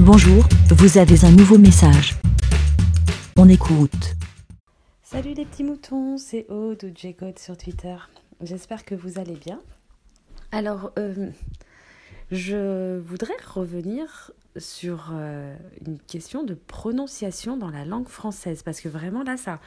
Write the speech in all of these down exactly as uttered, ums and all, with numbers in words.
Bonjour, vous avez un nouveau message. On écoute. Salut les petits moutons, c'est Aude ou J-Code sur Twitter. J'espère que vous allez bien. Alors, euh, je voudrais revenir sur euh, une question de prononciation dans la langue française. Parce que vraiment là, ça,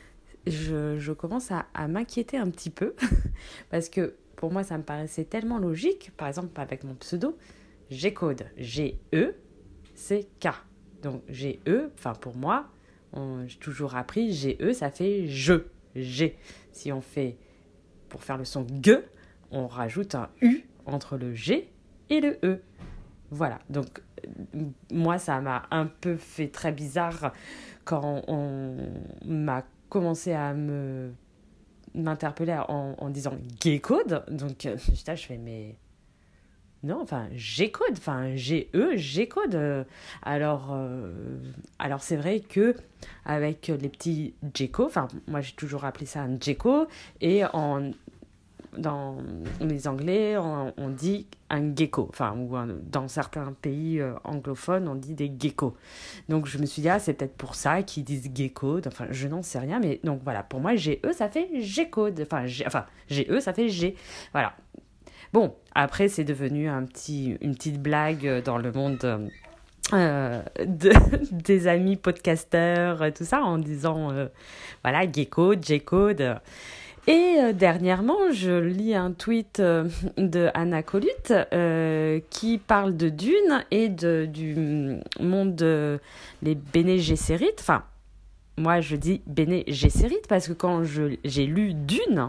je, je commence à, à m'inquiéter un petit peu. Parce que pour moi, ça me paraissait tellement logique. Par exemple, avec mon pseudo, J-Code, G-E, c'est K. Donc G-E, enfin pour moi, on, j'ai toujours appris G-E, ça fait je, G. Si on fait, pour faire le son G, on rajoute un U entre le G et le E. Voilà, donc moi ça m'a un peu fait très bizarre quand on m'a commencé à me m'interpeller en, en disant G-Code. Donc je fais mais... Non, enfin, G-Code, enfin, G-E, G-Code. Alors, euh, alors c'est vrai que avec les petits J-Co, enfin, moi j'ai toujours appelé ça un J-Co, et en, dans les Anglais, on, on dit un gecko, enfin, ou un, dans certains pays euh, anglophones, on dit des geckos. Donc je me suis dit, ah, c'est peut-être pour ça qu'ils disent G-Code, enfin, je n'en sais rien, mais donc voilà, pour moi, G-E, ça fait G-Code, enfin, G, enfin, G-E, ça fait G, voilà. Bon, après, c'est devenu un petit, une petite blague dans le monde euh, de, des amis podcasteurs, tout ça, en disant, euh, voilà, G-Code, J-Code. Et euh, dernièrement, je lis un tweet euh, de Anna Colute euh, qui parle de Dune et de, du monde des Bene Gesserit. Enfin, moi, je dis Bene Gesserit parce que quand je, j'ai lu Dune,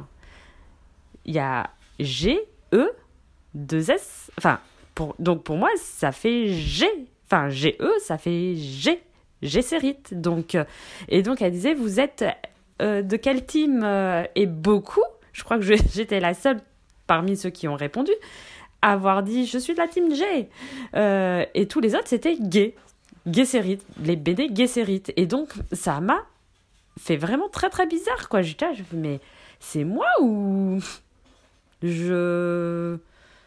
il y a G... E, deux S, enfin, pour, donc pour moi, ça fait G, enfin, G-E, ça fait G, Gesserit. Donc, euh, et donc, elle disait, vous êtes euh, de quel team euh, Et beaucoup, je crois que je, j'étais la seule parmi ceux qui ont répondu, à avoir dit, je suis de la team G. Euh, et tous les autres, c'était G, Gesserit, les B D Gesserit. Et donc, ça m'a fait vraiment très, très bizarre, quoi. J'étais là, je me dis, mais c'est moi ou... Je...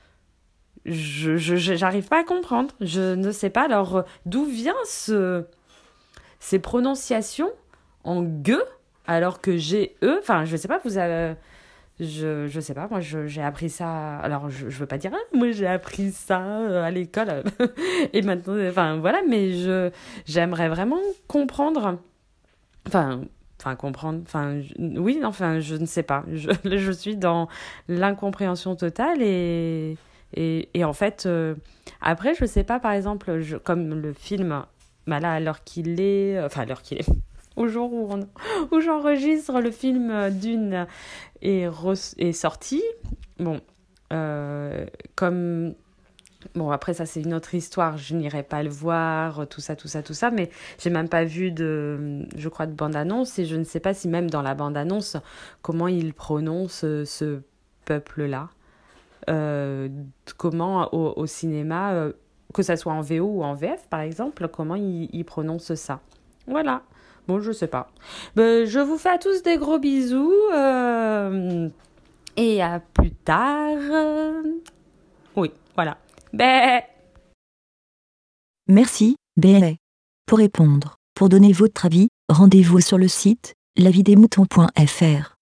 Je, je, je... J'arrive pas à comprendre. Je ne sais pas. Alors, d'où vient ce... ces prononciations en G alors que G E... Enfin, je sais pas, vous avez... Je, je sais pas, moi, je, j'ai appris ça... Alors, je, je veux pas dire, ah, moi, j'ai appris ça à l'école. Et maintenant, enfin, voilà, mais je, j'aimerais vraiment comprendre... Enfin... Enfin, comprendre, enfin, je, oui, enfin, je ne sais pas. Je, je suis dans l'incompréhension totale et, et, et en fait, euh, après, je ne sais pas, par exemple, je, comme le film, bah là, à l'heure qu'il est, enfin, à l'heure qu'il est, au jour où, on, où j'enregistre, le film Dune est, re, est sorti. Bon, euh, comme... Bon, après, ça, c'est une autre histoire. Je n'irai pas le voir, tout ça, tout ça, tout ça. Mais j'ai même pas vu de, je crois, de bande-annonce. Et je ne sais pas si même dans la bande-annonce, comment ils prononcent ce peuple-là. Euh, comment, au, au cinéma, euh, que ça soit en V O ou en V F, par exemple, comment ils, ils prononcent ça. Voilà. Bon, je sais pas. Ben, je vous fais à tous des gros bisous. Euh, et à plus tard. Oui, voilà. Bé. Merci, Bé. Pour répondre, pour donner votre avis, rendez-vous sur le site la vie des moutons point f r.